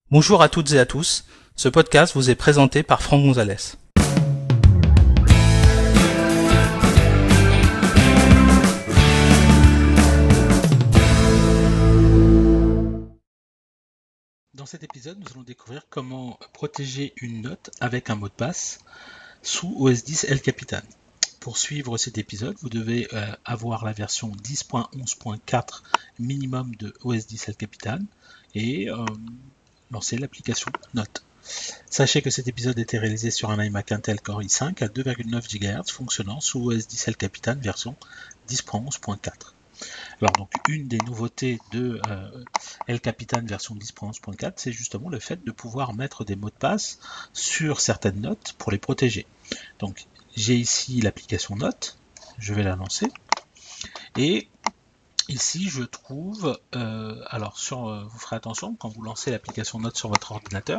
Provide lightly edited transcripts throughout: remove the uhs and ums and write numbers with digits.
Bonjour à toutes et à tous, ce podcast vous est présenté par Franck Gonzalez. Dans cet épisode, nous allons découvrir comment protéger une note avec un mot de passe sous OS X El Capitan. Pour suivre cet épisode, vous devez avoir la version 10.11.4 minimum de OS X El Capitan et lancer l'application Note. Sachez que cet épisode a été réalisé sur un iMac Intel Core i5 à 2,9 GHz fonctionnant sous OS X El Capitan version 10.11.4. Alors donc une des nouveautés de El Capitan version 10.11.4, c'est justement le fait de pouvoir mettre des mots de passe sur certaines notes pour les protéger. Donc j'ai ici l'application Note, je vais la lancer, et ici je trouve, vous ferez attention quand vous lancez l'application Note sur votre ordinateur,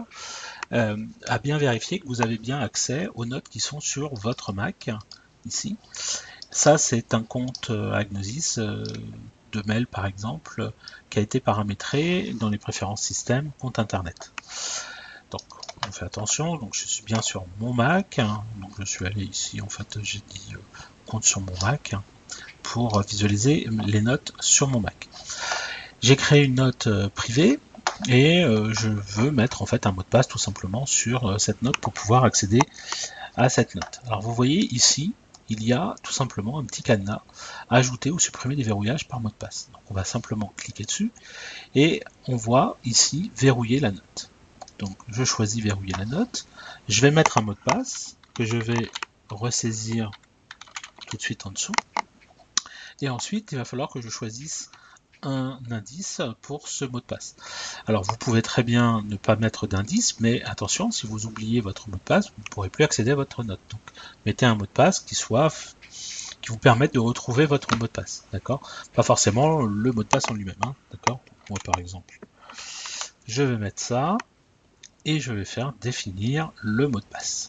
à bien vérifier que vous avez bien accès aux notes qui sont sur votre Mac, ici. Ça c'est un compte Agnosis de mail par exemple, qui a été paramétré dans les préférences système, compte internet. Donc on fait attention, donc je suis bien sur mon Mac, donc je suis allé ici, en fait j'ai dit compte sur mon Mac, pour visualiser les notes sur mon Mac. J'ai créé une note privée et je veux mettre en fait un mot de passe tout simplement sur cette note pour pouvoir accéder à cette note. Alors vous voyez ici, il y a tout simplement un petit cadenas, ajouter ou supprimer des verrouillages par mot de passe. Donc on va simplement cliquer dessus et on voit ici verrouiller la note. Donc je choisis verrouiller la note, je vais mettre un mot de passe que je vais ressaisir tout de suite en dessous. Et ensuite, il va falloir que je choisisse un indice pour ce mot de passe. Alors, vous pouvez très bien ne pas mettre d'indice, mais attention, si vous oubliez votre mot de passe, vous ne pourrez plus accéder à votre note. Donc, mettez un mot de passe qui vous permette de retrouver votre mot de passe. D'accord? Pas forcément le mot de passe en lui-même. D'accord? Moi, par exemple, je vais mettre ça et je vais faire définir le mot de passe.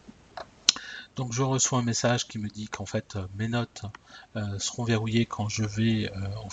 Donc je reçois un message qui me dit qu'en fait mes notes seront verrouillées quand je vais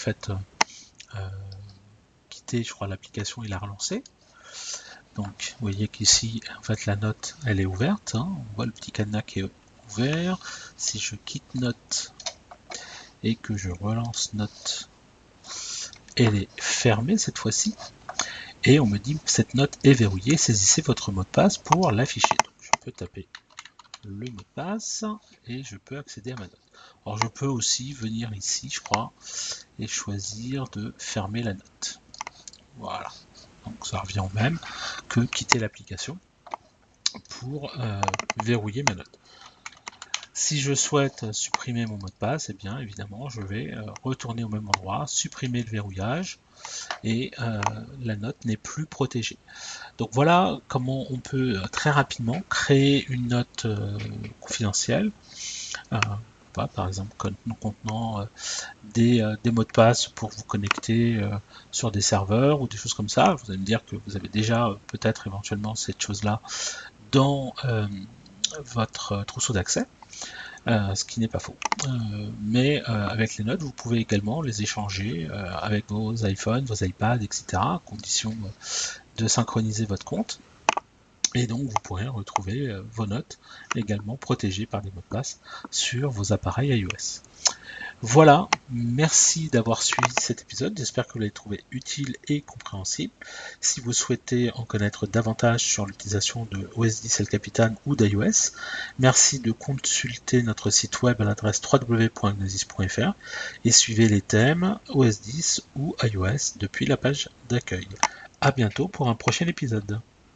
quitter, je crois, l'application et la relancer. Donc vous voyez qu'ici en fait la note elle est ouverte, on voit le petit cadenas qui est ouvert. Si je quitte note et que je relance note, elle est fermée cette fois-ci. Et on me dit cette note est verrouillée, saisissez votre mot de passe pour l'afficher. Donc je peux taper le mot de passe et je peux accéder à ma note. Alors je peux aussi venir ici, je crois, et choisir de fermer la note. Voilà. Donc ça revient au même que quitter l'application pour verrouiller ma note. Si je souhaite supprimer mon mot de passe, eh bien évidemment je vais retourner au même endroit, supprimer le verrouillage et la note n'est plus protégée. Donc voilà comment on peut très rapidement créer une note confidentielle, par exemple contenant des mots de passe pour vous connecter sur des serveurs ou des choses comme ça. Vous allez me dire que vous avez déjà peut-être éventuellement cette chose-là dans votre trousseau d'accès. Ce qui n'est pas faux. Mais avec les notes, vous pouvez également les échanger avec vos iPhones, vos iPads, etc. à condition de synchroniser votre compte. Et donc vous pourrez retrouver vos notes également protégées par des mots de passe sur vos appareils iOS. Voilà, merci d'avoir suivi cet épisode, j'espère que vous l'avez trouvé utile et compréhensible. Si vous souhaitez en connaître davantage sur l'utilisation de OS X El Capitan ou d'iOS, merci de consulter notre site web à l'adresse www.agnosis.fr et suivez les thèmes OS X ou iOS depuis la page d'accueil. À bientôt pour un prochain épisode.